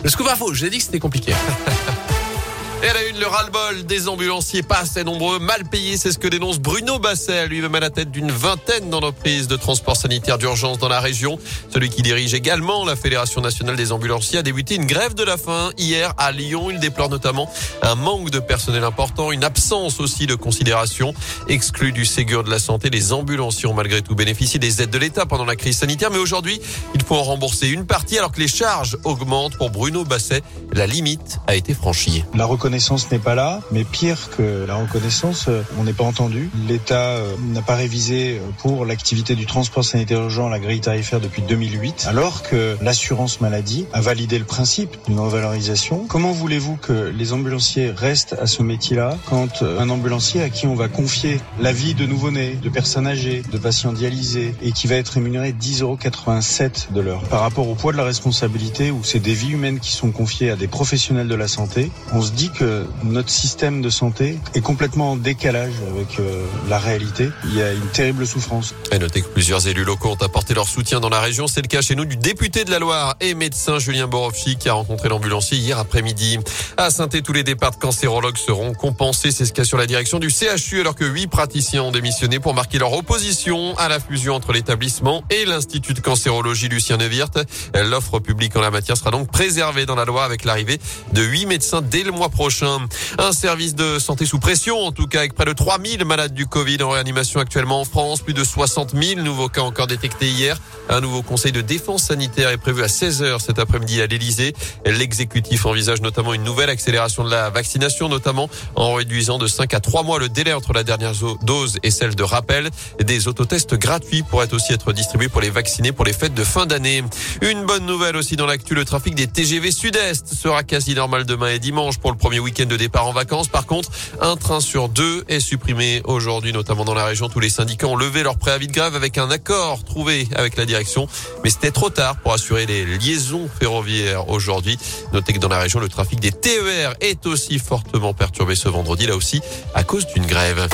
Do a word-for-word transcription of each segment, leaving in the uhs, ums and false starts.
Le scoop info, j'ai dit que c'était compliqué. Et à la une, le ras-le-bol des ambulanciers pas assez nombreux, mal payés, c'est ce que dénonce Bruno Basset, lui-même à la tête d'une vingtaine d'entreprises de transport sanitaire d'urgence dans la région. Celui qui dirige également la Fédération nationale des ambulanciers a débuté une grève de la faim hier à Lyon. Il déplore notamment un manque de personnel important, une absence aussi de considération. Exclus du Ségur de la santé, les ambulanciers ont malgré tout bénéficié des aides de l'État pendant la crise sanitaire. Mais aujourd'hui, il faut en rembourser une partie alors que les charges augmentent. Pour Bruno Basset, la limite a été franchie. La reconnaissance n'est pas là, mais pire que la reconnaissance, on n'est pas entendu. L'État n'a pas révisé pour l'activité du transport sanitaire urgent la grille tarifaire depuis deux mille huit, alors que l'assurance maladie a validé le principe d'une revalorisation. Comment voulez-vous que les ambulanciers restent à ce métier-là quand un ambulancier à qui on va confier la vie de nouveau-nés, de personnes âgées, de patients dialysés et qui va être rémunéré dix euros quatre-vingt-sept de l'heure par rapport au poids de la responsabilité où c'est des vies humaines qui sont confiées à des professionnels de la santé, on se dit que notre système de santé est complètement en décalage avec euh, la réalité. Il y a une terrible souffrance. Et notez que plusieurs élus locaux ont apporté leur soutien dans la région. C'est le cas chez nous du député de la Loire et médecin Julien Borowski qui a rencontré l'ambulancier hier après-midi. À Saint-Étienne, tous les départs de cancérologues seront compensés. C'est ce qu'a sur la direction du C H U alors que huit praticiens ont démissionné pour marquer leur opposition à la fusion entre l'établissement et l'Institut de cancérologie Lucien Neuwirth. L'offre publique en la matière sera donc préservée dans la Loire avec l'arrivée de huit médecins dès le mois prochain. Un service de santé sous pression, en tout cas avec près de trois mille malades du Covid en réanimation actuellement en France. Plus de soixante mille nouveaux cas encore détectés hier. Un nouveau conseil de défense sanitaire est prévu à seize heures cet après-midi à l'Elysée. L'exécutif envisage notamment une nouvelle accélération de la vaccination, notamment en réduisant de cinq à trois mois le délai entre la dernière dose et celle de rappel. Des autotests gratuits pourraient aussi être distribués pour les vaccinés pour les fêtes de fin d'année. Une bonne nouvelle aussi dans l'actu, le trafic des T G V Sud-Est sera quasi normal demain et dimanche pour le premier week-end de départ en vacances. Par contre, un train sur deux est supprimé aujourd'hui, notamment dans la région. Tous les syndicats ont levé leur préavis de grève avec un accord trouvé avec la direction. Mais c'était trop tard pour assurer les liaisons ferroviaires aujourd'hui. Notez que dans la région, le trafic des T E R est aussi fortement perturbé ce vendredi, là aussi, à cause d'une grève.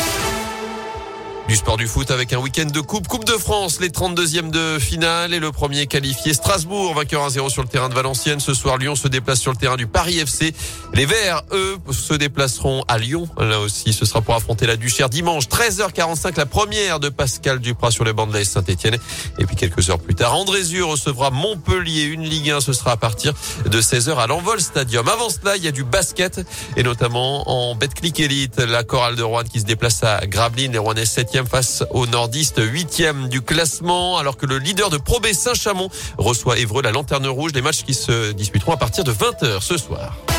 Du sport du foot avec un week-end de coupe. Coupe de France, les trente-deuxièmes de finale et le premier qualifié Strasbourg, vainqueur un zéro sur le terrain de Valenciennes. Ce soir, Lyon se déplace sur le terrain du Paris F C. Les Verts, eux, se déplaceront à Lyon. Là aussi, ce sera pour affronter la Duchère dimanche, treize heures quarante-cinq, la première de Pascal Duprat sur les bancs de l'A S Saint-Etienne. Et puis quelques heures plus tard, Andrézieux recevra Montpellier. Une Ligue un, ce sera à partir de seize heures à l'Envol Stadium. Avant cela, il y a du basket et notamment en Betclic Elite, la chorale de Rouen qui se déplace à Gravelines. Les Rouennais septième face au nordiste huitième du classement, alors que le leader de Pro B Saint-Chamond reçoit Évreux, la Lanterne Rouge. Des matchs qui se disputeront à partir de vingt heures ce soir.